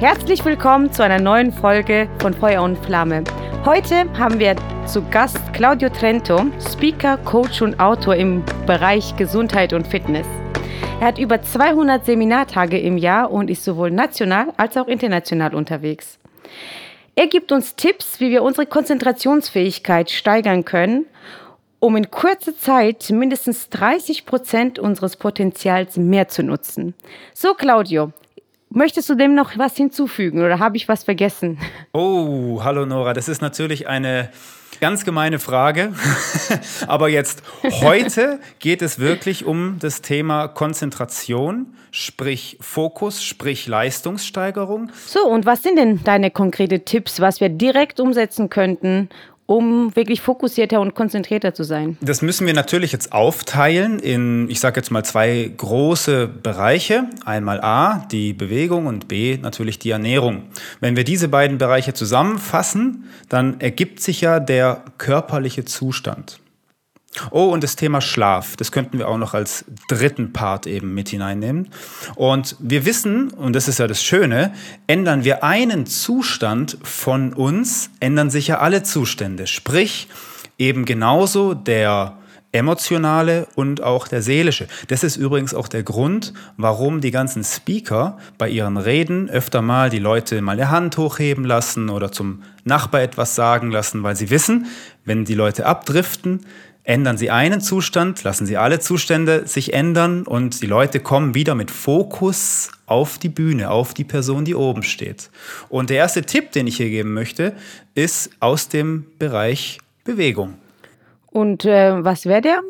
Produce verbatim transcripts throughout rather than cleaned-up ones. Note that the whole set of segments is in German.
Herzlich willkommen zu einer neuen Folge von Feuer und Flamme. Heute haben wir zu Gast Claudio Trento, Speaker, Coach und Autor im Bereich Gesundheit und Fitness. Er hat über zweihundert Seminartage im Jahr und ist sowohl national als auch international unterwegs. Er gibt uns Tipps, wie wir unsere Konzentrationsfähigkeit steigern können, um in kurzer Zeit mindestens dreißig Prozent unseres Potenzials mehr zu nutzen. So, Claudio, möchtest du dem noch was hinzufügen oder habe ich was vergessen? Oh, hallo Nora, das ist natürlich eine ganz gemeine Frage, aber jetzt heute geht es wirklich um das Thema Konzentration, sprich Fokus, sprich Leistungssteigerung. So, und was sind denn deine konkreten Tipps, was wir direkt umsetzen könnten, um wirklich fokussierter und konzentrierter zu sein? Das müssen wir natürlich jetzt aufteilen in, ich sage jetzt mal, zwei große Bereiche. Einmal A, die Bewegung und B, natürlich die Ernährung. Wenn wir diese beiden Bereiche zusammenfassen, dann ergibt sich ja der körperliche Zustand. Oh, und das Thema Schlaf, das könnten wir auch noch als dritten Part eben mit hineinnehmen. Und wir wissen, und das ist ja das Schöne, ändern wir einen Zustand von uns, ändern sich ja alle Zustände. Sprich, eben genauso der emotionale und auch der seelische. Das ist übrigens auch der Grund, warum die ganzen Speaker bei ihren Reden öfter mal die Leute mal die Hand hochheben lassen oder zum Nachbar etwas sagen lassen, weil sie wissen, wenn die Leute abdriften, ändern sie einen Zustand, lassen sie alle Zustände sich ändern und die Leute kommen wieder mit Fokus auf die Bühne, auf die Person, die oben steht. Und der erste Tipp, den ich hier geben möchte, ist aus dem Bereich Bewegung. Und äh, was wäre der?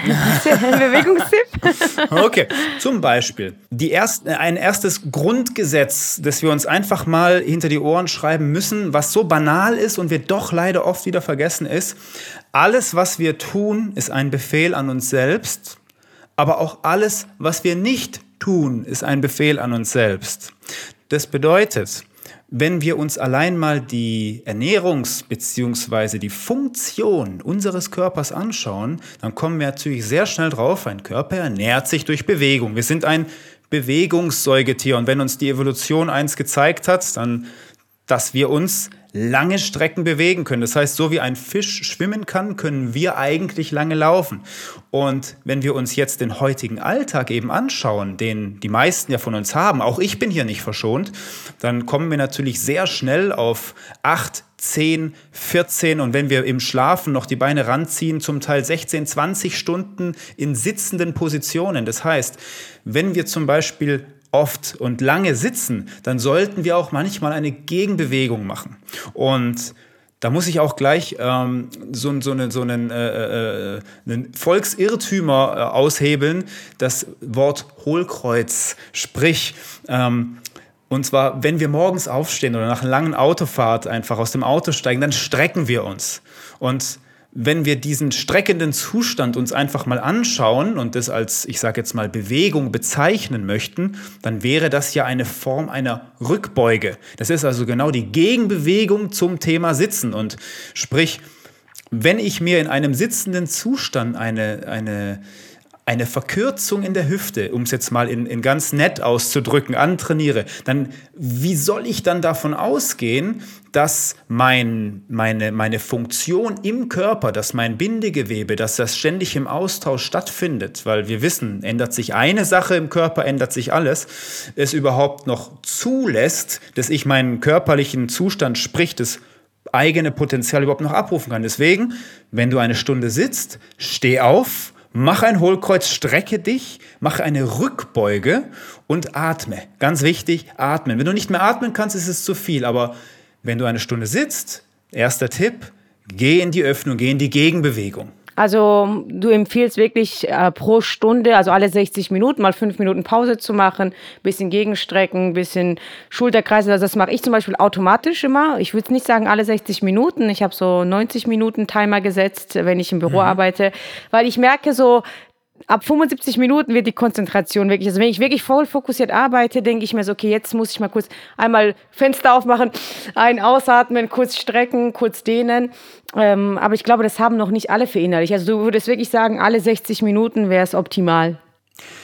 Ein Bewegungstipp? Okay, zum Beispiel die erst, ein erstes Grundgesetz, das wir uns einfach mal hinter die Ohren schreiben müssen, was so banal ist und wir doch leider oft wieder vergessen ist. Alles, was wir tun, ist ein Befehl an uns selbst, aber auch alles, was wir nicht tun, ist ein Befehl an uns selbst. Das bedeutet, wenn wir uns allein mal die Ernährungs- bzw. die Funktion unseres Körpers anschauen, dann kommen wir natürlich sehr schnell drauf, ein Körper ernährt sich durch Bewegung. Wir sind ein Bewegungssäugetier und wenn uns die Evolution eins gezeigt hat, dann, dass wir uns lange Strecken bewegen können. Das heißt, so wie ein Fisch schwimmen kann, können wir eigentlich lange laufen. Und wenn wir uns jetzt den heutigen Alltag eben anschauen, den die meisten ja von uns haben, auch ich bin hier nicht verschont, dann kommen wir natürlich sehr schnell auf acht, zehn, vierzehn und wenn wir im Schlafen noch die Beine ranziehen, zum Teil sechzehn, zwanzig Stunden in sitzenden Positionen. Das heißt, wenn wir zum Beispiel oft und lange sitzen, dann sollten wir auch manchmal eine Gegenbewegung machen. Und da muss ich auch gleich ähm, so, so, eine, so einen, äh, äh, einen Volksirrtümer äh, aushebeln, das Wort Hohlkreuz, sprich, ähm, und zwar, wenn wir morgens aufstehen oder nach einer langen Autofahrt einfach aus dem Auto steigen, dann strecken wir uns. Und wenn wir diesen streckenden Zustand uns einfach mal anschauen und das als, ich sage jetzt mal, Bewegung bezeichnen möchten, dann wäre das ja eine Form einer Rückbeuge. Das ist also genau die Gegenbewegung zum Thema Sitzen. Und sprich, wenn ich mir in einem sitzenden Zustand eine, eine, eine Verkürzung in der Hüfte, um es jetzt mal in, in ganz nett auszudrücken, antrainiere, dann wie soll ich dann davon ausgehen, dass mein, meine, meine Funktion im Körper, dass mein Bindegewebe, dass das ständig im Austausch stattfindet, weil wir wissen, ändert sich eine Sache im Körper, ändert sich alles, es überhaupt noch zulässt, dass ich meinen körperlichen Zustand, sprich das eigene Potenzial überhaupt noch abrufen kann. Deswegen, wenn du eine Stunde sitzt, steh auf, mach ein Hohlkreuz, strecke dich, mach eine Rückbeuge und atme. Ganz wichtig, atmen. Wenn du nicht mehr atmen kannst, ist es zu viel, aber wenn du eine Stunde sitzt, erster Tipp, geh in die Öffnung, geh in die Gegenbewegung. Also du empfiehlst wirklich äh, pro Stunde, also alle sechzig Minuten, mal fünf Minuten Pause zu machen, bisschen Gegenstrecken, bisschen Schulterkreise. Also das mache ich zum Beispiel automatisch immer. Ich würde nicht sagen alle sechzig Minuten. Ich habe so neunzig Minuten Timer gesetzt, wenn ich im Büro mhm. arbeite, weil ich merke so, ab fünfundsiebzig Minuten wird die Konzentration wirklich, also wenn ich wirklich voll fokussiert arbeite, denke ich mir so, okay, jetzt muss ich mal kurz einmal Fenster aufmachen, ein- ausatmen, kurz strecken, kurz dehnen. Ähm, aber ich glaube, das haben noch nicht alle verinnerlicht. Also du würdest wirklich sagen, alle sechzig Minuten wäre es optimal.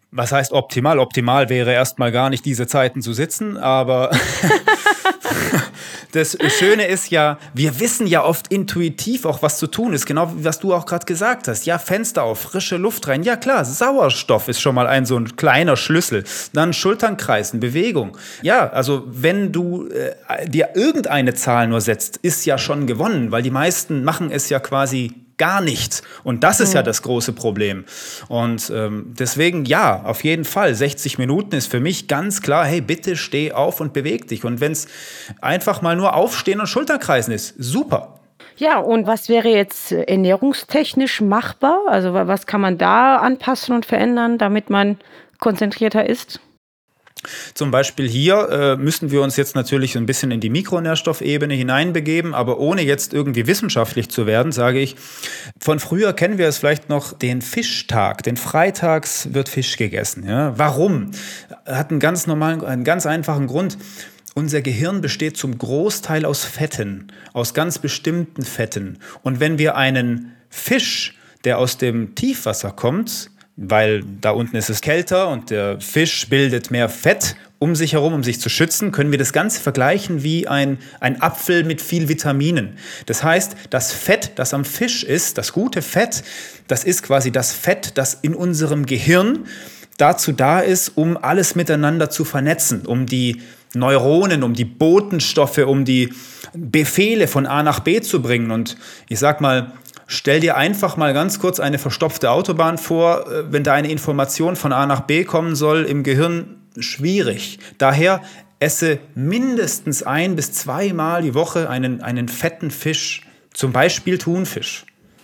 Was heißt optimal? Optimal wäre erstmal gar nicht diese Zeiten zu sitzen, aber das Schöne ist ja, wir wissen ja oft intuitiv auch, was zu tun ist, genau wie was du auch gerade gesagt hast. Ja, Fenster auf, frische Luft rein. Ja klar, Sauerstoff ist schon mal ein so ein kleiner Schlüssel. Dann Schultern kreisen, Bewegung. Ja, also wenn du äh, dir irgendeine Zahl nur setzt, ist ja schon gewonnen, weil die meisten machen es ja quasi gar nicht. Und das ist ja das große Problem. Und ähm, deswegen, ja, auf jeden Fall, sechzig Minuten ist für mich ganz klar, hey, bitte steh auf und beweg dich. Und wenn es einfach mal nur Aufstehen und Schulterkreisen ist, super. Ja, und was wäre jetzt ernährungstechnisch machbar? Also was kann man da anpassen und verändern, damit man konzentrierter ist? Zum Beispiel hier äh, müssen wir uns jetzt natürlich ein bisschen in die Mikronährstoffebene hineinbegeben, aber ohne jetzt irgendwie wissenschaftlich zu werden, sage ich, von früher kennen wir es vielleicht noch, den Fischtag, den Freitags wird Fisch gegessen. Ja? Warum? Hat einen ganz normalen, einen ganz einfachen Grund. Unser Gehirn besteht zum Großteil aus Fetten, aus ganz bestimmten Fetten. Und wenn wir einen Fisch, der aus dem Tiefwasser kommt, weil da unten ist es kälter und der Fisch bildet mehr Fett um sich herum, um sich zu schützen, können wir das Ganze vergleichen wie ein, ein Apfel mit viel Vitaminen. Das heißt, das Fett, das am Fisch ist, das gute Fett, das ist quasi das Fett, das in unserem Gehirn dazu da ist, um alles miteinander zu vernetzen, um die Neuronen, um die Botenstoffe, um die Befehle von A nach B zu bringen. Und ich sag mal, stell dir einfach mal ganz kurz eine verstopfte Autobahn vor, wenn da eine Information von A nach B kommen soll, im Gehirn schwierig. Daher esse mindestens ein- bis zweimal die Woche einen, einen fetten Fisch, zum Beispiel Thunfisch.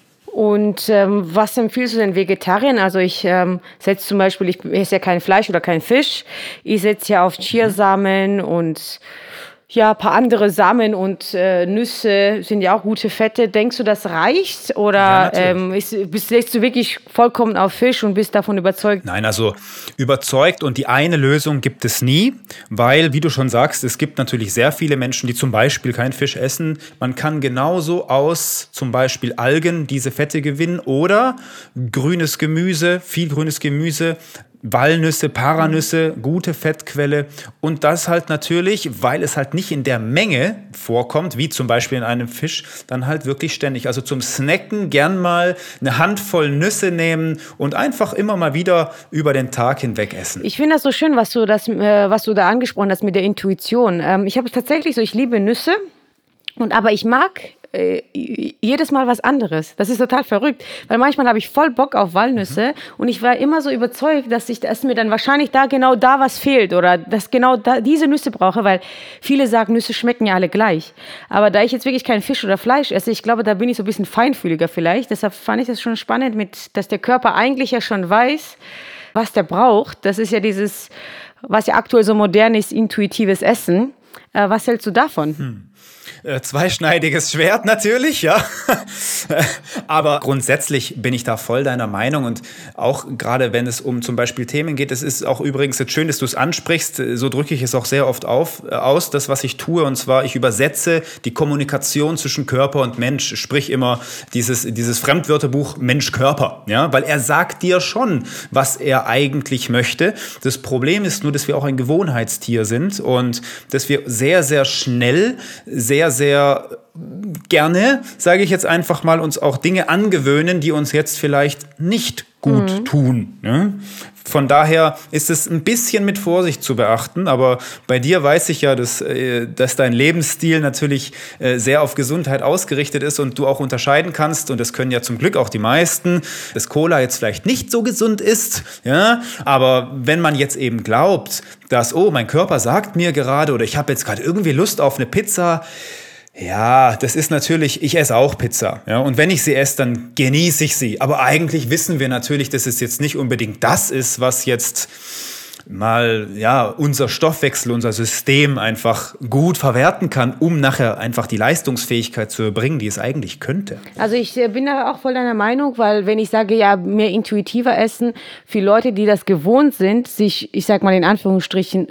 Und ähm, was empfiehlst du den Vegetariern? Also ich ähm, setze zum Beispiel, ich esse ja kein Fleisch oder kein Fisch. Ich setze ja auf Chiasamen und ja, ein paar andere Samen und äh, Nüsse sind ja auch gute Fette. Denkst du, das reicht? Oder Ja, ähm, ist, bist, legst du wirklich vollkommen auf Fisch und bist davon überzeugt? Nein, also überzeugt und die eine Lösung gibt es nie, weil, wie du schon sagst, es gibt natürlich sehr viele Menschen, die zum Beispiel keinen Fisch essen. Man kann genauso aus zum Beispiel Algen diese Fette gewinnen oder grünes Gemüse, viel grünes Gemüse, Walnüsse, Paranüsse, gute Fettquelle und das halt natürlich, weil es halt nicht in der Menge vorkommt, wie zum Beispiel in einem Fisch, dann halt wirklich ständig. Also zum Snacken gern mal eine Handvoll Nüsse nehmen und einfach immer mal wieder über den Tag hinweg essen. Ich finde das so schön, was du, das, äh, was du da angesprochen hast mit der Intuition. Ähm, ich habe es tatsächlich so, ich liebe Nüsse, und aber ich mag äh, jedes Mal was anderes. Das ist total verrückt, weil manchmal habe ich voll Bock auf Walnüsse mhm. und ich war immer so überzeugt, dass, ich, dass mir dann wahrscheinlich da genau da was fehlt oder dass genau da diese Nüsse brauche, weil viele sagen, Nüsse schmecken ja alle gleich. Aber da ich jetzt wirklich kein Fisch oder Fleisch esse, ich glaube, da bin ich so ein bisschen feinfühliger vielleicht. Deshalb fand ich das schon spannend, mit, dass der Körper eigentlich ja schon weiß, was der braucht. Das ist ja dieses, was ja aktuell so modern ist, intuitives Essen. Äh, was hältst du davon? Hm. Äh, zweischneidiges Schwert natürlich, ja. Aber grundsätzlich bin ich da voll deiner Meinung und auch gerade wenn es um zum Beispiel Themen geht, es ist auch übrigens jetzt schön, dass du es ansprichst, so drücke ich es auch sehr oft auf, äh, aus, das was ich tue und zwar ich übersetze die Kommunikation zwischen Körper und Mensch, sprich immer dieses, dieses Fremdwörterbuch Mensch-Körper, ja, weil er sagt dir schon, was er eigentlich möchte. Das Problem ist nur, dass wir auch ein Gewohnheitstier sind und dass wir sehr, sehr schnell, sehr, sehr gerne, sage ich jetzt einfach mal, uns auch Dinge angewöhnen, die uns jetzt vielleicht nicht gut mhm. tun. Ne? Von daher ist es ein bisschen mit Vorsicht zu beachten, aber bei dir weiß ich ja, dass, dass dein Lebensstil natürlich sehr auf Gesundheit ausgerichtet ist und du auch unterscheiden kannst, und das können ja zum Glück auch die meisten, dass Cola jetzt vielleicht nicht so gesund ist, ja, aber wenn man jetzt eben glaubt, dass, oh, mein Körper sagt mir gerade oder ich habe jetzt gerade irgendwie Lust auf eine Pizza, ja, das ist natürlich, ich esse auch Pizza. Ja, und wenn ich sie esse, dann genieße ich sie. Aber eigentlich wissen wir natürlich, dass es jetzt nicht unbedingt das ist, was jetzt mal ja, unser Stoffwechsel, unser System einfach gut verwerten kann, um nachher einfach die Leistungsfähigkeit zu erbringen, die es eigentlich könnte. Also ich bin da auch voll deiner Meinung, weil wenn ich sage, ja, mehr intuitiver essen, für Leute, die das gewohnt sind, sich, ich sag mal in Anführungsstrichen,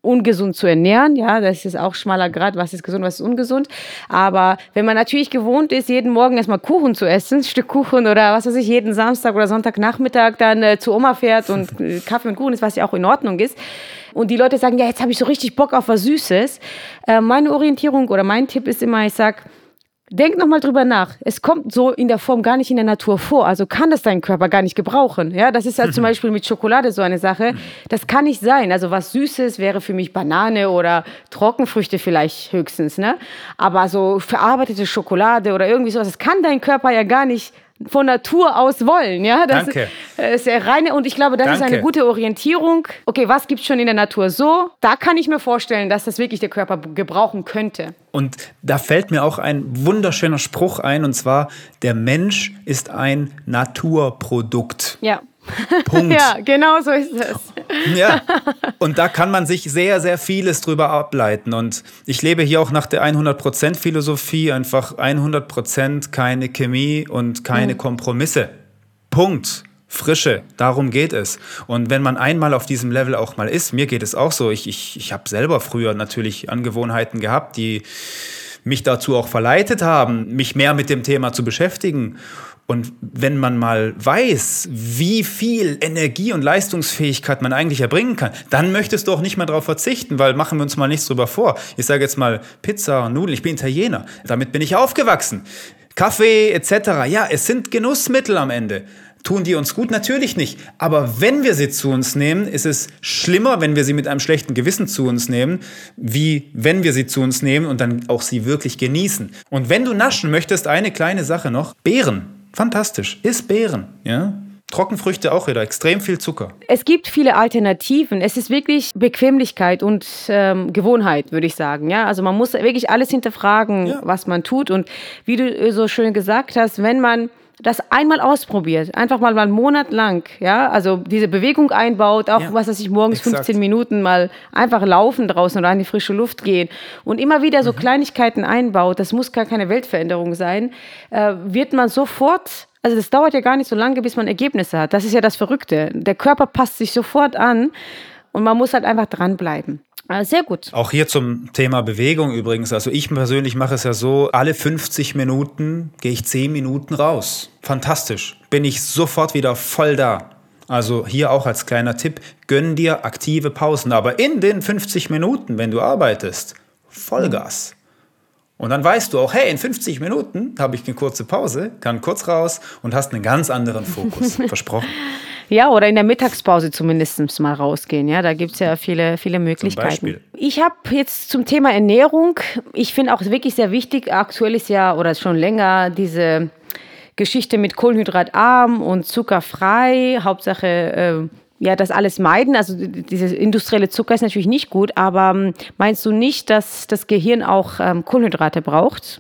ungesund zu ernähren. Ja, das ist auch schmaler Grad, was ist gesund, was ist ungesund. Aber wenn man natürlich gewohnt ist, jeden Morgen erstmal Kuchen zu essen, ein Stück Kuchen oder was weiß ich, jeden Samstag oder Sonntagnachmittag dann äh, zu Oma fährt und äh, Kaffee und Kuchen ist, was ja auch in Ordnung ist. Und die Leute sagen, ja, jetzt habe ich so richtig Bock auf was Süßes. Äh, meine Orientierung oder mein Tipp ist immer, ich sage, denk nochmal drüber nach. Es kommt so in der Form gar nicht in der Natur vor. Also kann das dein Körper gar nicht gebrauchen. Ja, das ist halt zum Beispiel mit Schokolade so eine Sache. Das kann nicht sein. Also was Süßes wäre für mich Banane oder Trockenfrüchte vielleicht höchstens. Ne? Aber so verarbeitete Schokolade oder irgendwie sowas, das kann dein Körper ja gar nicht von Natur aus wollen, ja, das Danke. ist ja reine, und ich glaube, das Danke. ist eine gute Orientierung. Okay, was gibt's schon in der Natur so? Da kann ich mir vorstellen, dass das wirklich der Körper gebrauchen könnte. Und da fällt mir auch ein wunderschöner Spruch ein, und zwar, der Mensch ist ein Naturprodukt. Ja. Punkt. Ja, genau so ist es. Ja, und da kann man sich sehr, sehr vieles drüber ableiten. Und ich lebe hier auch nach der hundert Prozent Philosophie, einfach hundert Prozent keine Chemie und keine mhm. Kompromisse. Punkt. Frische, darum geht es. Und wenn man einmal auf diesem Level auch mal ist, mir geht es auch so, ich, ich, ich habe selber früher natürlich Angewohnheiten gehabt, die mich dazu auch verleitet haben, mich mehr mit dem Thema zu beschäftigen. Und wenn man mal weiß, wie viel Energie und Leistungsfähigkeit man eigentlich erbringen kann, dann möchtest du auch nicht mehr darauf verzichten, weil machen wir uns mal nichts drüber vor. Ich sage jetzt mal Pizza, Nudeln, ich bin Italiener, damit bin ich aufgewachsen. Kaffee et cetera. Ja, es sind Genussmittel am Ende. Tun die uns gut? Natürlich nicht. Aber wenn wir sie zu uns nehmen, ist es schlimmer, wenn wir sie mit einem schlechten Gewissen zu uns nehmen, wie wenn wir sie zu uns nehmen und dann auch sie wirklich genießen. Und wenn du naschen möchtest, eine kleine Sache noch, Beeren. Fantastisch. Iss Beeren, ja. Trockenfrüchte auch wieder, extrem viel Zucker. Es gibt viele Alternativen. Es ist wirklich Bequemlichkeit und ähm, Gewohnheit, würde ich sagen. Ja? Also man muss wirklich alles hinterfragen, ja. was man tut. Und wie du so schön gesagt hast, wenn man das einmal ausprobiert, einfach mal, mal einen Monat lang, ja, also diese Bewegung einbaut, auch ja, was weiß ich, morgens exakt. fünfzehn Minuten mal einfach laufen draußen oder in die frische Luft gehen und immer wieder so mhm. Kleinigkeiten einbaut, das muss gar keine Weltveränderung sein, äh, wird man sofort, also das dauert ja gar nicht so lange, bis man Ergebnisse hat. Das ist ja das Verrückte. Der Körper passt sich sofort an und man muss halt einfach dranbleiben. Sehr gut. Auch hier zum Thema Bewegung übrigens. Also ich persönlich mache es ja so, alle fünfzig Minuten gehe ich zehn Minuten raus. Fantastisch. Bin ich sofort wieder voll da. Also hier auch als kleiner Tipp, gönn dir aktive Pausen. Aber in den fünfzig Minuten, wenn du arbeitest, Vollgas. Und dann weißt du auch, hey, in fünfzig Minuten habe ich eine kurze Pause, kann kurz raus und hast einen ganz anderen Fokus. Versprochen. Ja, oder in der Mittagspause zumindest mal rausgehen. Ja, da gibt es ja viele, viele Möglichkeiten. Zum Beispiel. Ich habe jetzt zum Thema Ernährung, ich finde auch wirklich sehr wichtig, aktuell ist ja, oder schon länger, diese Geschichte mit kohlenhydratarm und zuckerfrei, Hauptsache, äh, ja, das alles meiden. Also dieses industrielle Zucker ist natürlich nicht gut, aber ähm, meinst du nicht, dass das Gehirn auch ähm, Kohlenhydrate braucht?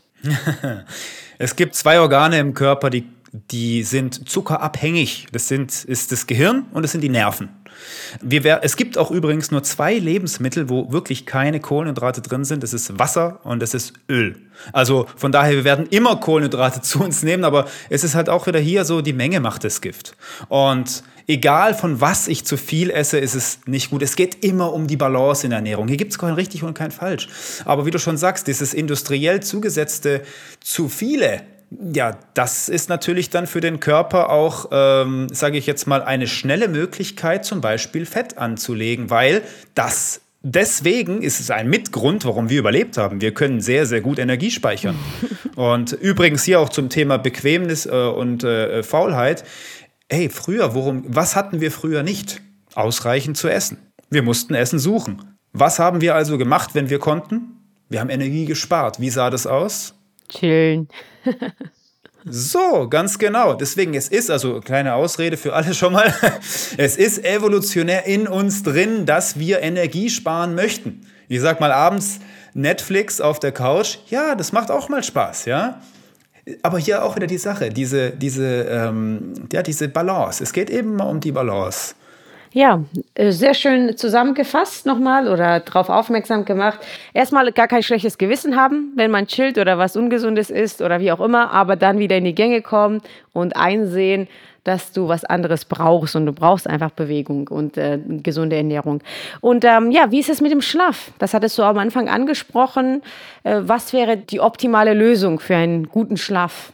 Es gibt zwei Organe im Körper, die Die sind zuckerabhängig. Das sind, ist das Gehirn und das sind die Nerven. Wir, es gibt auch übrigens nur zwei Lebensmittel, wo wirklich keine Kohlenhydrate drin sind. Das ist Wasser und das ist Öl. Also von daher, wir werden immer Kohlenhydrate zu uns nehmen, aber es ist halt auch wieder hier so, die Menge macht das Gift. Und egal von was ich zu viel esse, ist es nicht gut. Es geht immer um die Balance in der Ernährung. Hier gibt es kein richtig und kein falsch. Aber wie du schon sagst, dieses industriell zugesetzte zu viele, ja, das ist natürlich dann für den Körper auch, ähm, sage ich jetzt mal, eine schnelle Möglichkeit, zum Beispiel Fett anzulegen, weil das, deswegen ist es ein Mitgrund, warum wir überlebt haben. Wir können sehr, sehr gut Energie speichern. Und übrigens hier auch zum Thema Bequemnis äh, und äh, Faulheit. Hey, früher, worum, was hatten wir früher nicht? Ausreichend zu essen. Wir mussten Essen suchen. Was haben wir also gemacht, wenn wir konnten? Wir haben Energie gespart. Wie sah das aus? Chillen. So, ganz genau. Deswegen, es ist, also kleine Ausrede für alle schon mal, es ist evolutionär in uns drin, dass wir Energie sparen möchten. Ich sag mal abends Netflix auf der Couch, ja, das macht auch mal Spaß, ja. Aber hier auch wieder die Sache, diese, diese, ähm, ja, diese Balance. Es geht eben mal um die Balance. Ja, äh, sehr schön zusammengefasst nochmal oder darauf aufmerksam gemacht. Erstmal gar kein schlechtes Gewissen haben, wenn man chillt oder was Ungesundes isst oder wie auch immer, aber dann wieder in die Gänge kommen und einsehen, dass du was anderes brauchst und du brauchst einfach Bewegung und äh, gesunde Ernährung. Und ähm, ja, wie ist es mit dem Schlaf? Das hattest du am Anfang angesprochen. Äh, was wäre die optimale Lösung für einen guten Schlaf?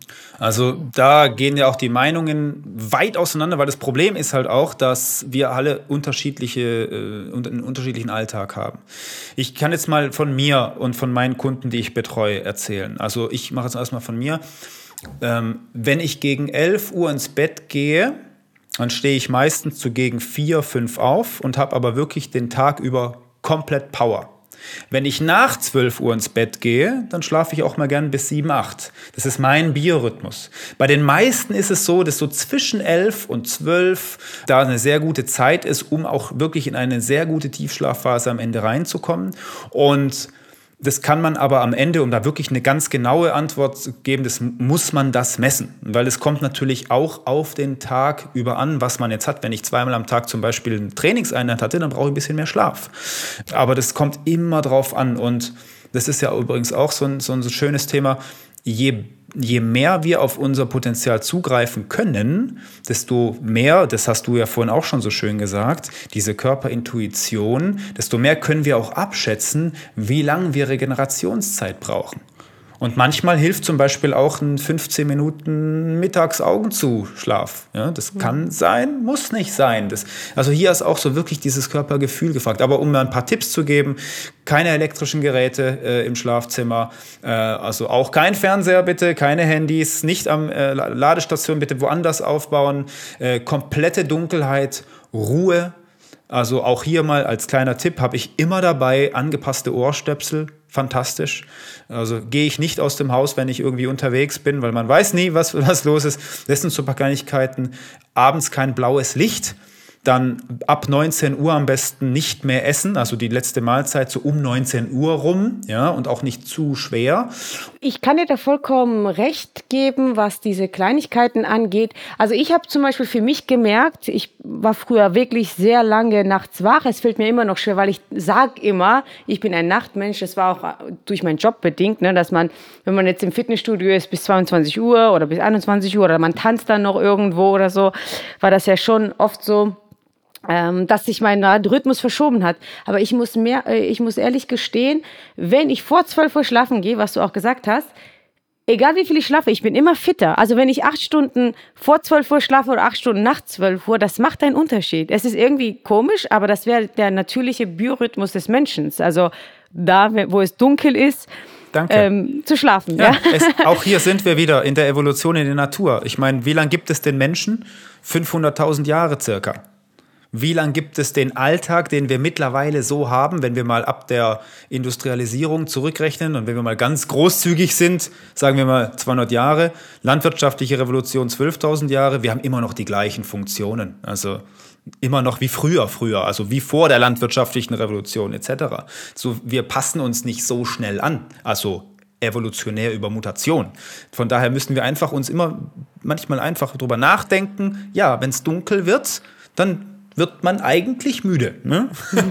Also da gehen ja auch die Meinungen weit auseinander, weil das Problem ist halt auch, dass wir alle unterschiedliche, äh, einen unterschiedlichen Alltag haben. Ich kann jetzt mal von mir und von meinen Kunden, die ich betreue, erzählen. Also ich mache jetzt erstmal von mir. Ähm, wenn ich gegen elf Uhr ins Bett gehe, dann stehe ich meistens so gegen vier, fünf auf und habe aber wirklich den Tag über komplett Power. Wenn ich nach zwölf Uhr ins Bett gehe, dann schlafe ich auch mal gern bis sieben, acht. Das ist mein Biorhythmus. Bei den meisten ist es so, dass so zwischen elf und zwölf da eine sehr gute Zeit ist, um auch wirklich in eine sehr gute Tiefschlafphase am Ende reinzukommen. Und das kann man aber am Ende, um da wirklich eine ganz genaue Antwort zu geben, das muss man das messen. Weil es kommt natürlich auch auf den Tag über an, was man jetzt hat. Wenn ich zweimal am Tag zum Beispiel eine Trainingseinheit hatte, dann brauche ich ein bisschen mehr Schlaf. Aber das kommt immer drauf an. Und das ist ja übrigens auch so ein, so ein schönes Thema. Je Je mehr wir auf unser Potenzial zugreifen können, desto mehr, das hast du ja vorhin auch schon so schön gesagt, diese Körperintuition, desto mehr können wir auch abschätzen, wie lange wir Regenerationszeit brauchen. Und manchmal hilft zum Beispiel auch ein fünfzehn Minuten Mittagsaugenzuschlaf. Ja, das kann sein, muss nicht sein. Das, also hier ist auch so wirklich dieses Körpergefühl gefragt. Aber um mal ein paar Tipps zu geben, keine elektrischen Geräte äh, im Schlafzimmer, äh, also auch kein Fernseher bitte, keine Handys, nicht am äh, Ladestation, bitte woanders aufbauen, äh, komplette Dunkelheit, Ruhe. Also auch hier mal als kleiner Tipp habe ich immer dabei angepasste Ohrstöpsel. Fantastisch. Also gehe ich nicht aus dem Haus, wenn ich irgendwie unterwegs bin, weil man weiß nie, was, was los ist. Das sind so ein paar Kleinigkeiten. Abends kein blaues Licht. Dann ab neunzehn Uhr am besten nicht mehr essen, also die letzte Mahlzeit so um neunzehn Uhr rum, ja, und auch nicht zu schwer. Ich kann dir da vollkommen recht geben, was diese Kleinigkeiten angeht. Also ich habe zum Beispiel für mich gemerkt, ich war früher wirklich sehr lange nachts wach. Es fällt mir immer noch schwer, weil ich sage immer, ich bin ein Nachtmensch. Das war auch durch meinen Job bedingt, ne, dass man, wenn man jetzt im Fitnessstudio ist bis zweiundzwanzig Uhr oder bis einundzwanzig Uhr oder man tanzt dann noch irgendwo oder so, war das ja schon oft so, Ähm, dass sich mein Rhythmus verschoben hat. Aber ich muss mehr, äh, ich muss ehrlich gestehen, wenn ich vor zwölf Uhr schlafen gehe, was du auch gesagt hast, egal wie viel ich schlafe, ich bin immer fitter. Also wenn ich acht Stunden vor zwölf Uhr schlafe oder acht Stunden nach zwölf Uhr, das macht einen Unterschied. Es ist irgendwie komisch, aber das wäre der natürliche Biorhythmus des Menschen. Also da, wo es dunkel ist, Danke. Ähm, zu schlafen. Ja, ja. Es, auch hier sind wir wieder in der Evolution in der Natur. Ich meine, wie lange gibt es den Menschen? fünfhunderttausend Jahre circa. Wie lange gibt es den Alltag, den wir mittlerweile so haben, wenn wir mal ab der Industrialisierung zurückrechnen und wenn wir mal ganz großzügig sind, sagen wir mal zweihundert Jahre, landwirtschaftliche Revolution zwölftausend Jahre, wir haben immer noch die gleichen Funktionen, also immer noch wie früher, früher, also wie vor der landwirtschaftlichen Revolution et cetera. So, wir passen uns nicht so schnell an, also evolutionär über Mutation. Von daher müssen wir einfach uns immer manchmal einfach drüber nachdenken, ja, wenn es dunkel wird, dann wird man eigentlich müde. Ne?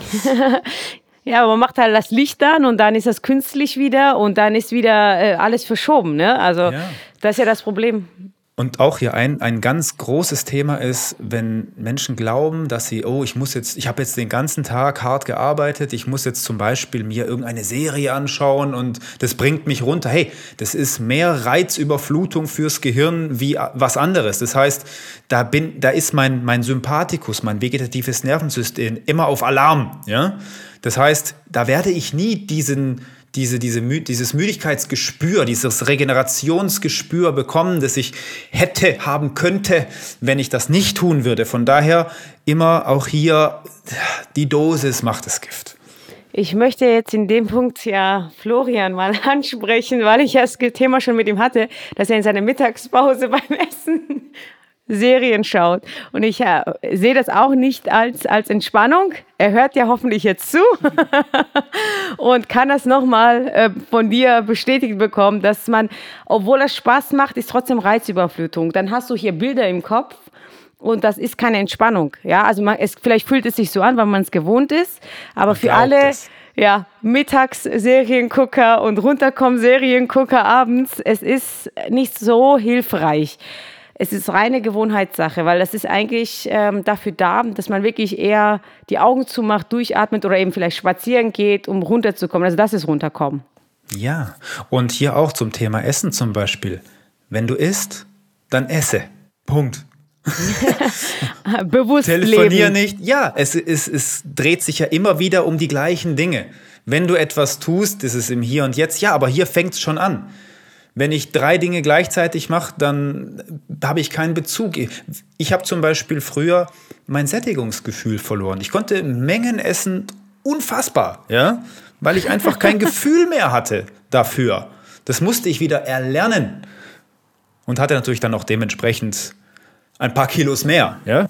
Ja, aber man macht halt das Licht an und dann ist das künstlich wieder und dann ist wieder äh, alles verschoben. Ne? Also ja. Das ist ja das Problem. Und auch hier ein, ein ganz großes Thema ist, wenn Menschen glauben, dass sie, oh, ich muss jetzt, ich habe jetzt den ganzen Tag hart gearbeitet, ich muss jetzt zum Beispiel mir irgendeine Serie anschauen und das bringt mich runter. Hey, das ist mehr Reizüberflutung fürs Gehirn wie was anderes. Das heißt, da bin, da ist mein, mein Sympathikus, mein vegetatives Nervensystem immer auf Alarm. Ja? Das heißt, da werde ich nie diesen Diese, diese, dieses Müdigkeitsgespür, dieses Regenerationsgespür bekommen, das ich hätte, haben könnte, wenn ich das nicht tun würde. Von daher immer auch hier, die Dosis macht das Gift. Ich möchte jetzt in dem Punkt ja Florian mal ansprechen, weil ich ja das Thema schon mit ihm hatte, dass er in seiner Mittagspause beim Essen Serien schaut. Und ich äh, sehe das auch nicht als, als Entspannung. Er hört ja hoffentlich jetzt zu und kann das nochmal äh, von dir bestätigt bekommen, dass man, obwohl es Spaß macht, ist trotzdem Reizüberflutung. Dann hast du hier Bilder im Kopf und das ist keine Entspannung. Ja, also man, es, vielleicht fühlt es sich so an, weil man es gewohnt ist, aber Man für glaubt alle, es. ja, Mittags-Seriengucker und runterkommen-Seriengucker abends, es ist nicht so hilfreich. Es ist reine Gewohnheitssache, weil das ist eigentlich ähm, dafür da, dass man wirklich eher die Augen zumacht, durchatmet oder eben vielleicht spazieren geht, um runterzukommen. Also das ist runterkommen. Ja, und hier auch zum Thema Essen zum Beispiel. Wenn du isst, dann esse. Punkt. Bewusst Telefonier leben. nicht. Ja, es, es, es dreht sich ja immer wieder um die gleichen Dinge. Wenn du etwas tust, das ist im Hier und Jetzt. Ja, aber hier fängt es schon an. Wenn ich drei Dinge gleichzeitig mache, dann habe ich keinen Bezug. Ich habe zum Beispiel früher mein Sättigungsgefühl verloren. Ich konnte Mengen essen, unfassbar, ja, weil ich einfach kein Gefühl mehr hatte dafür. Das musste ich wieder erlernen und hatte natürlich dann auch dementsprechend ein paar Kilos mehr, ja.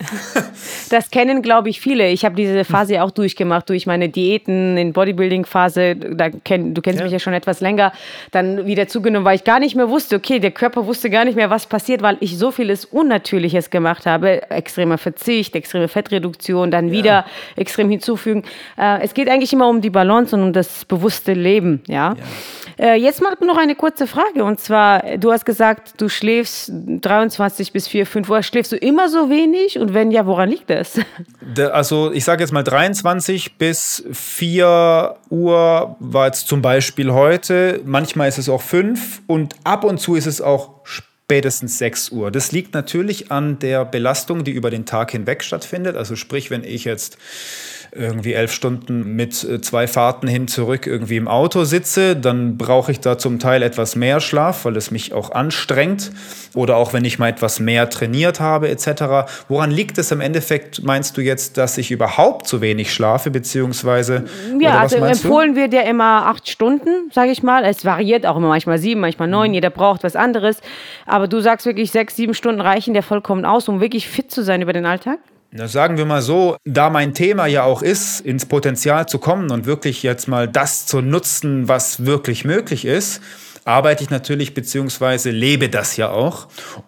Das kennen, glaube ich, viele. Ich habe diese Phase auch durchgemacht, durch meine Diäten, in Bodybuilding-Phase. Da kenn, du kennst Ja. mich ja schon etwas länger. Dann wieder zugenommen, weil ich gar nicht mehr wusste, okay, der Körper wusste gar nicht mehr, was passiert, weil ich so vieles Unnatürliches gemacht habe. Extremer Verzicht, extreme Fettreduktion, dann wieder extrem hinzufügen. Äh, es geht eigentlich immer um die Balance und um das bewusste Leben, ja. Äh, jetzt mal noch eine kurze Frage. Und zwar, du hast gesagt, du schläfst dreiundzwanzig bis vier, fünf Uhr. Schläfst du immer so wenig? Und wenn ja, woran liegt das? Da- Also ich sage jetzt mal dreiundzwanzig bis vier Uhr war jetzt zum Beispiel heute. Manchmal ist es auch fünf und ab und zu ist es auch spätestens sechs Uhr. Das liegt natürlich an der Belastung, die über den Tag hinweg stattfindet. Also sprich, wenn ich jetzt irgendwie elf Stunden mit äh, zwei Fahrten hin zurück irgendwie im Auto sitze, dann brauche ich da zum Teil etwas mehr Schlaf, weil es mich auch anstrengt. Oder auch wenn ich mal etwas mehr trainiert habe et cetera. Woran liegt es im Endeffekt, meinst du jetzt, dass ich überhaupt zu wenig schlafe, beziehungsweise Ja, oder was also meinst du? empfohlen wird ja immer acht Stunden, sage ich mal. Es variiert auch immer, manchmal sieben, manchmal neun. Jeder braucht was anderes. Aber du sagst wirklich, sechs, sieben Stunden reichen dir vollkommen aus, um wirklich fit zu sein über den Alltag? Na, sagen wir mal so, da mein Thema ja auch ist, ins Potenzial zu kommen und wirklich jetzt mal das zu nutzen, was wirklich möglich ist, arbeite ich natürlich beziehungsweise lebe das ja auch.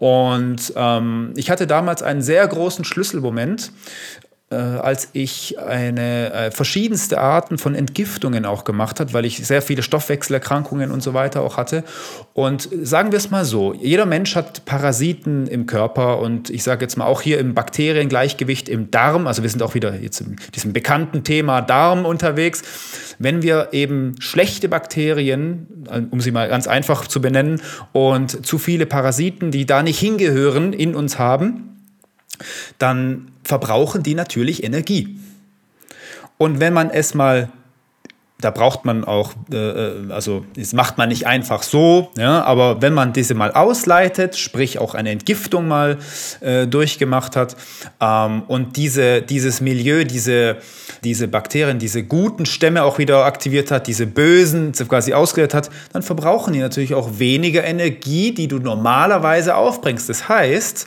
Und ähm, ich hatte damals einen sehr großen Schlüsselmoment, äh, als ich eine äh, verschiedenste Arten von Entgiftungen auch gemacht habe, weil ich sehr viele Stoffwechselerkrankungen und so weiter auch hatte. Und sagen wir es mal so, jeder Mensch hat Parasiten im Körper und ich sage jetzt mal auch hier im Bakteriengleichgewicht im Darm, also wir sind auch wieder jetzt in diesem bekannten Thema Darm unterwegs. Wenn wir eben schlechte Bakterien, um sie mal ganz einfach zu benennen, und zu viele Parasiten, die da nicht hingehören, in uns haben, dann verbrauchen die natürlich Energie. Und wenn man es mal, da braucht man auch, äh, also das macht man nicht einfach so, ja, aber wenn man diese mal ausleitet, sprich auch eine Entgiftung mal äh, durchgemacht hat ähm, und diese, dieses Milieu, diese, diese Bakterien, diese guten Stämme auch wieder aktiviert hat, diese bösen quasi ausgeleitet hat, dann verbrauchen die natürlich auch weniger Energie, die du normalerweise aufbringst. Das heißt,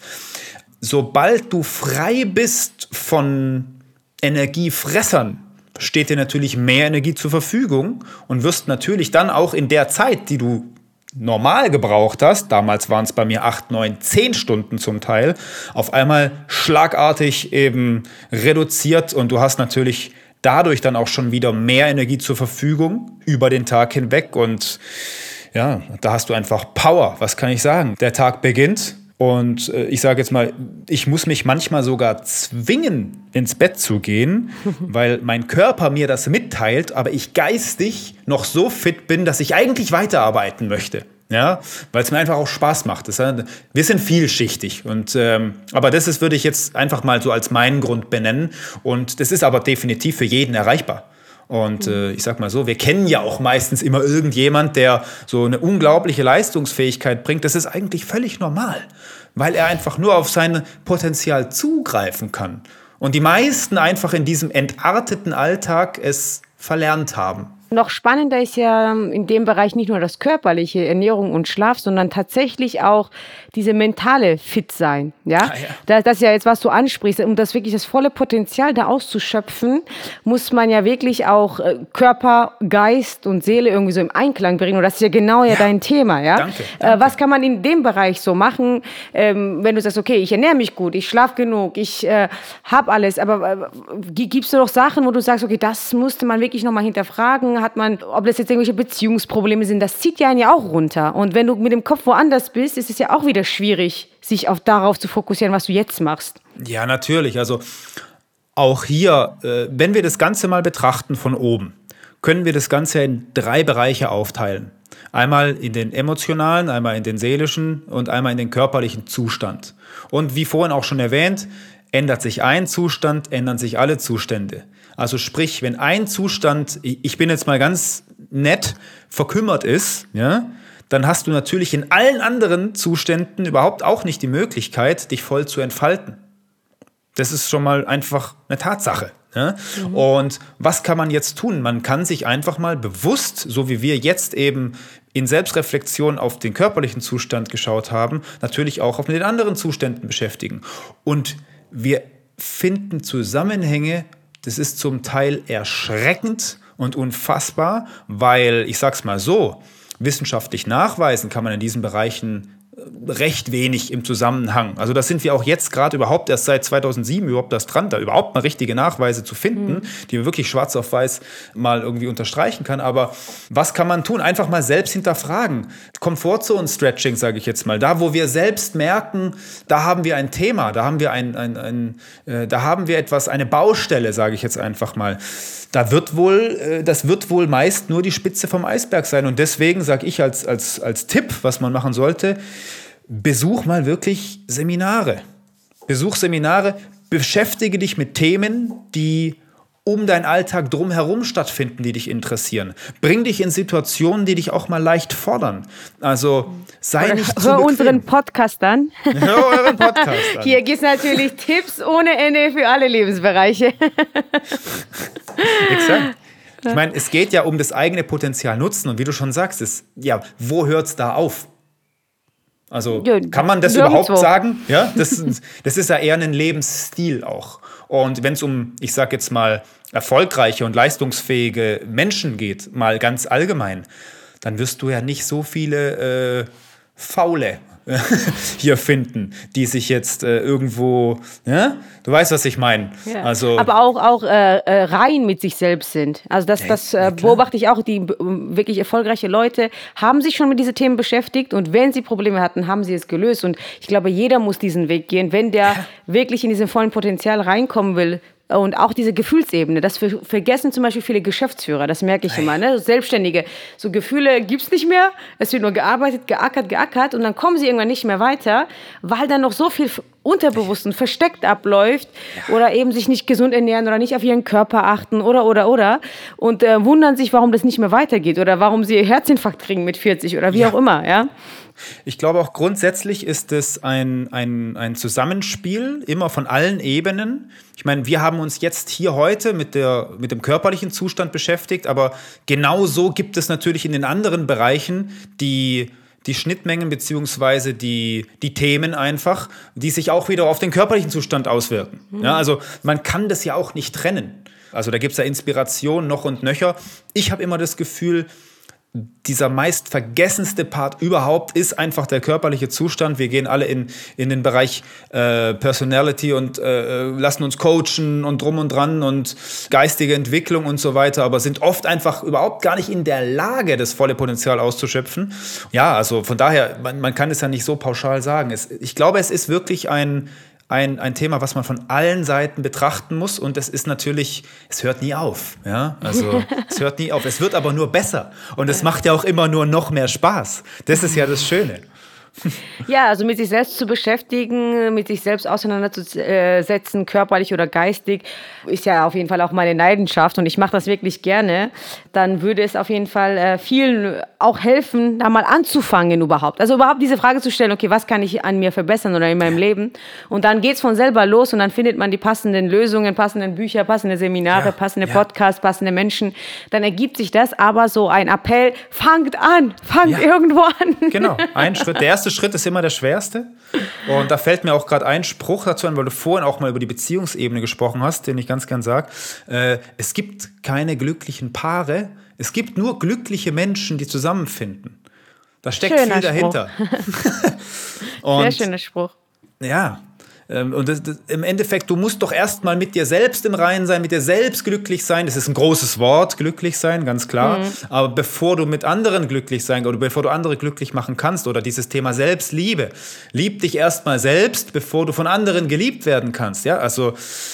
sobald du frei bist von Energiefressern, steht dir natürlich mehr Energie zur Verfügung und wirst natürlich dann auch in der Zeit, die du normal gebraucht hast, damals waren es bei mir acht, neun, zehn Stunden zum Teil, auf einmal schlagartig eben reduziert und du hast natürlich dadurch dann auch schon wieder mehr Energie zur Verfügung über den Tag hinweg und ja, da hast du einfach Power. Was kann ich sagen? Der Tag beginnt. Und äh, ich sage jetzt mal, ich muss mich manchmal sogar zwingen, ins Bett zu gehen, weil mein Körper mir das mitteilt, aber ich geistig noch so fit bin, dass ich eigentlich weiterarbeiten möchte. Ja, weil es mir einfach auch Spaß macht. Das, wir sind vielschichtig. Und, ähm, aber das ist, würde ich jetzt einfach mal so als meinen Grund benennen. Und das ist aber definitiv für jeden erreichbar. Und äh, ich sag mal so, wir kennen ja auch meistens immer irgendjemand, der so eine unglaubliche Leistungsfähigkeit bringt. Das ist eigentlich völlig normal, weil er einfach nur auf sein Potenzial zugreifen kann. Und die meisten einfach in diesem entarteten Alltag es verlernt haben. Noch spannender ist ja in dem Bereich nicht nur das körperliche, Ernährung und Schlaf, sondern tatsächlich auch diese mentale Fit-Sein. Ja? Ah, ja. Das, das ist ja jetzt, was du ansprichst. Um das wirklich das volle Potenzial da auszuschöpfen, muss man ja wirklich auch äh, Körper, Geist und Seele irgendwie so im Einklang bringen. Und das ist ja genau ja, ja. dein Thema. Ja? Danke, Äh, danke. was kann man in dem Bereich so machen, ähm, wenn du sagst, okay, ich ernähre mich gut, ich schlafe genug, ich äh, habe alles, aber äh, gibst du doch Sachen, wo du sagst, okay, das musste man wirklich nochmal hinterfragen, hat man, ob das jetzt irgendwelche Beziehungsprobleme sind, das zieht ja einen ja auch runter. Und wenn du mit dem Kopf woanders bist, ist es ja auch wieder schwierig, sich auf darauf zu fokussieren, was du jetzt machst. Ja, natürlich. Also auch hier, äh, wenn wir das Ganze mal betrachten von oben, können wir das Ganze in drei Bereiche aufteilen. Einmal in den emotionalen, einmal in den seelischen und einmal in den körperlichen Zustand. Und wie vorhin auch schon erwähnt, ändert sich ein Zustand, ändern sich alle Zustände. Also sprich, wenn ein Zustand, ich bin jetzt mal ganz nett, verkümmert ist, ja, dann hast du natürlich in allen anderen Zuständen überhaupt auch nicht die Möglichkeit, dich voll zu entfalten. Das ist schon mal einfach eine Tatsache. Ja? Mhm. Und was kann man jetzt tun? Man kann sich einfach mal bewusst, so wie wir jetzt eben in Selbstreflexion auf den körperlichen Zustand geschaut haben, natürlich auch auf den anderen Zuständen beschäftigen. Und wir finden Zusammenhänge, das ist zum Teil erschreckend und unfassbar, weil, ich sag's mal so, wissenschaftlich nachweisen kann man in diesen Bereichen recht wenig im Zusammenhang. Also da sind wir auch jetzt gerade überhaupt erst seit zweitausendsieben überhaupt erst dran, da überhaupt mal richtige Nachweise zu finden, mhm. die man wirklich schwarz auf weiß mal irgendwie unterstreichen kann. Aber was kann man tun? Einfach mal selbst hinterfragen. Komfortzone-Stretching, sage ich jetzt mal. Da, wo wir selbst merken, da haben wir ein Thema, da haben wir ein, ein, ein äh, da haben wir etwas, eine Baustelle, sage ich jetzt einfach mal. Da wird wohl, äh, das wird wohl meist nur die Spitze vom Eisberg sein. Und deswegen sage ich als, als, als Tipp, was man machen sollte, besuch mal wirklich Seminare. Besuch Seminare, beschäftige dich mit Themen, die um deinen Alltag drumherum stattfinden, die dich interessieren. Bring dich in Situationen, die dich auch mal leicht fordern. Also sei Oder nicht hör zu bequem. unseren Podcast an. Hör euren Podcast an. Hier gibt es natürlich Tipps ohne Ende für alle Lebensbereiche. Exakt. Ich meine, es geht ja um das eigene Potenzial nutzen. Und wie du schon sagst, ist, ja, wo hört es da auf? Also ja, kann man das nirgendwo. überhaupt sagen? Ja, das, das ist ja eher ein Lebensstil auch. Und wenn es um, ich sag jetzt mal, erfolgreiche und leistungsfähige Menschen geht, mal ganz allgemein, dann wirst du ja nicht so viele äh, Faule hier finden, die sich jetzt äh, irgendwo, ja? Du weißt, was ich meine. Ja. Also, aber auch, auch äh, äh, rein mit sich selbst sind. Also das, das äh, beobachte ich auch, die b- wirklich erfolgreiche Leute haben sich schon mit diesen Themen beschäftigt und wenn sie Probleme hatten, haben sie es gelöst. Und ich glaube, jeder muss diesen Weg gehen, wenn der ja. wirklich in diesen vollen Potenzial reinkommen will. Und auch diese Gefühlsebene, das ver- vergessen zum Beispiel viele Geschäftsführer, das merke ich immer, ne? Selbstständige, so Gefühle gibt's nicht mehr, es wird nur gearbeitet, geackert, geackert und dann kommen sie irgendwann nicht mehr weiter, weil dann noch so viel unterbewusst und versteckt abläuft oder eben sich nicht gesund ernähren oder nicht auf ihren Körper achten oder, oder, oder und äh, wundern sich, warum das nicht mehr weitergeht oder warum sie Herzinfarkt kriegen mit vierzig oder wie ja. auch immer, ja. Ich glaube auch grundsätzlich ist es ein, ein, ein Zusammenspiel, immer von allen Ebenen. Ich meine, wir haben uns jetzt hier heute mit, der, mit dem körperlichen Zustand beschäftigt, aber genauso gibt es natürlich in den anderen Bereichen die, die Schnittmengen beziehungsweise die, die Themen einfach, die sich auch wieder auf den körperlichen Zustand auswirken. Mhm. Ja, also man kann das ja auch nicht trennen. Also da gibt es ja Inspiration noch und nöcher. Ich habe immer das Gefühl, dieser meist vergessenste Part überhaupt ist einfach der körperliche Zustand. Wir gehen alle in, in den Bereich äh, Personality und äh, lassen uns coachen und drum und dran und geistige Entwicklung und so weiter, aber sind oft einfach überhaupt gar nicht in der Lage, das volle Potenzial auszuschöpfen. Ja, also von daher, man, man kann es ja nicht so pauschal sagen. Es, ich glaube, es ist wirklich ein Ein, ein Thema, was man von allen Seiten betrachten muss und es ist natürlich, es hört nie auf, ja, also es hört nie auf, es wird aber nur besser und es macht ja auch immer nur noch mehr Spaß, das ist ja das Schöne. Ja, also mit sich selbst zu beschäftigen, mit sich selbst auseinanderzusetzen, körperlich oder geistig, ist ja auf jeden Fall auch meine Leidenschaft und ich mache das wirklich gerne. Dann würde es auf jeden Fall äh, vielen auch helfen, da mal anzufangen überhaupt. Also überhaupt diese Frage zu stellen, okay, was kann ich an mir verbessern oder in meinem Leben? Und dann geht's von selber los und dann findet man die passenden Lösungen, passenden Bücher, passende Seminare, Ja, passende ja. Podcasts, passende Menschen. Dann ergibt sich das, aber so ein Appell, fangt an, fangt Ja. irgendwo an. Genau, ein Schritt. Der erste Schritt ist immer der schwerste. Und da fällt mir auch gerade ein Spruch dazu an, weil du vorhin auch mal über die Beziehungsebene gesprochen hast, den ich ganz gern sage. Äh, es gibt keine glücklichen Paare, es gibt nur glückliche Menschen, die zusammenfinden. Da steckt Schöner viel dahinter. Sehr schöner Spruch. Ja, ähm, und das, das, im Endeffekt, du musst doch erstmal mit dir selbst im Reinen sein, mit dir selbst glücklich sein. Das ist ein großes Wort, glücklich sein, ganz klar. Mhm. Aber bevor du mit anderen glücklich sein oder bevor du andere glücklich machen kannst oder dieses Thema Selbstliebe, lieb dich erstmal selbst, bevor du von anderen geliebt werden kannst. Ja, also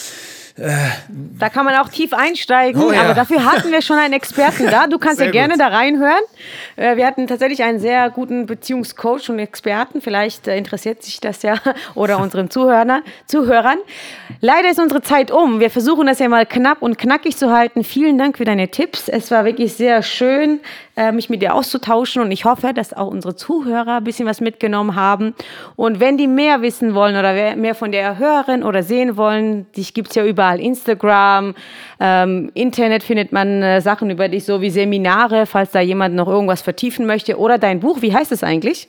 da kann man auch tief einsteigen, oh ja. aber dafür hatten wir schon einen Experten da. Du kannst Sehr ja gerne gut. da reinhören. Wir hatten tatsächlich einen sehr guten Beziehungscoach und Experten. Vielleicht interessiert sich das ja oder unseren Zuhörern. Zuhörern. Leider ist unsere Zeit um. Wir versuchen das ja mal knapp und knackig zu halten. Vielen Dank für deine Tipps. Es war wirklich sehr schön, mich mit dir auszutauschen und ich hoffe, dass auch unsere Zuhörer ein bisschen was mitgenommen haben. Und wenn die mehr wissen wollen oder mehr von dir hören oder sehen wollen, dich gibt es ja überall. Instagram, ähm, Internet findet man äh, Sachen über dich, so wie Seminare, falls da jemand noch irgendwas vertiefen möchte. Oder dein Buch, wie heißt es eigentlich?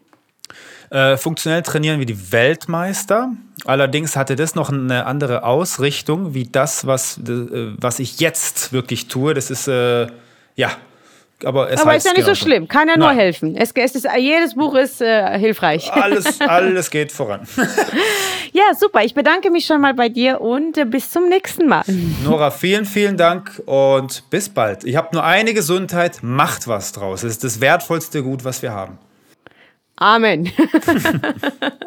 Äh, funktionell trainieren wie die Weltmeister. Allerdings hatte das noch eine andere Ausrichtung, wie das, was, äh, was ich jetzt wirklich tue. Das ist, äh, ja... Aber, es Aber ist ja nicht so genauso. schlimm, kann ja nur Nein. helfen. Es, es ist, jedes Buch ist äh, hilfreich. Alles, alles geht voran. Ja, super. Ich bedanke mich schon mal bei dir und äh, bis zum nächsten Mal. Nora, vielen, vielen Dank und bis bald. Ich habe nur eine Gesundheit, macht was draus. Es ist das wertvollste Gut, was wir haben. Amen.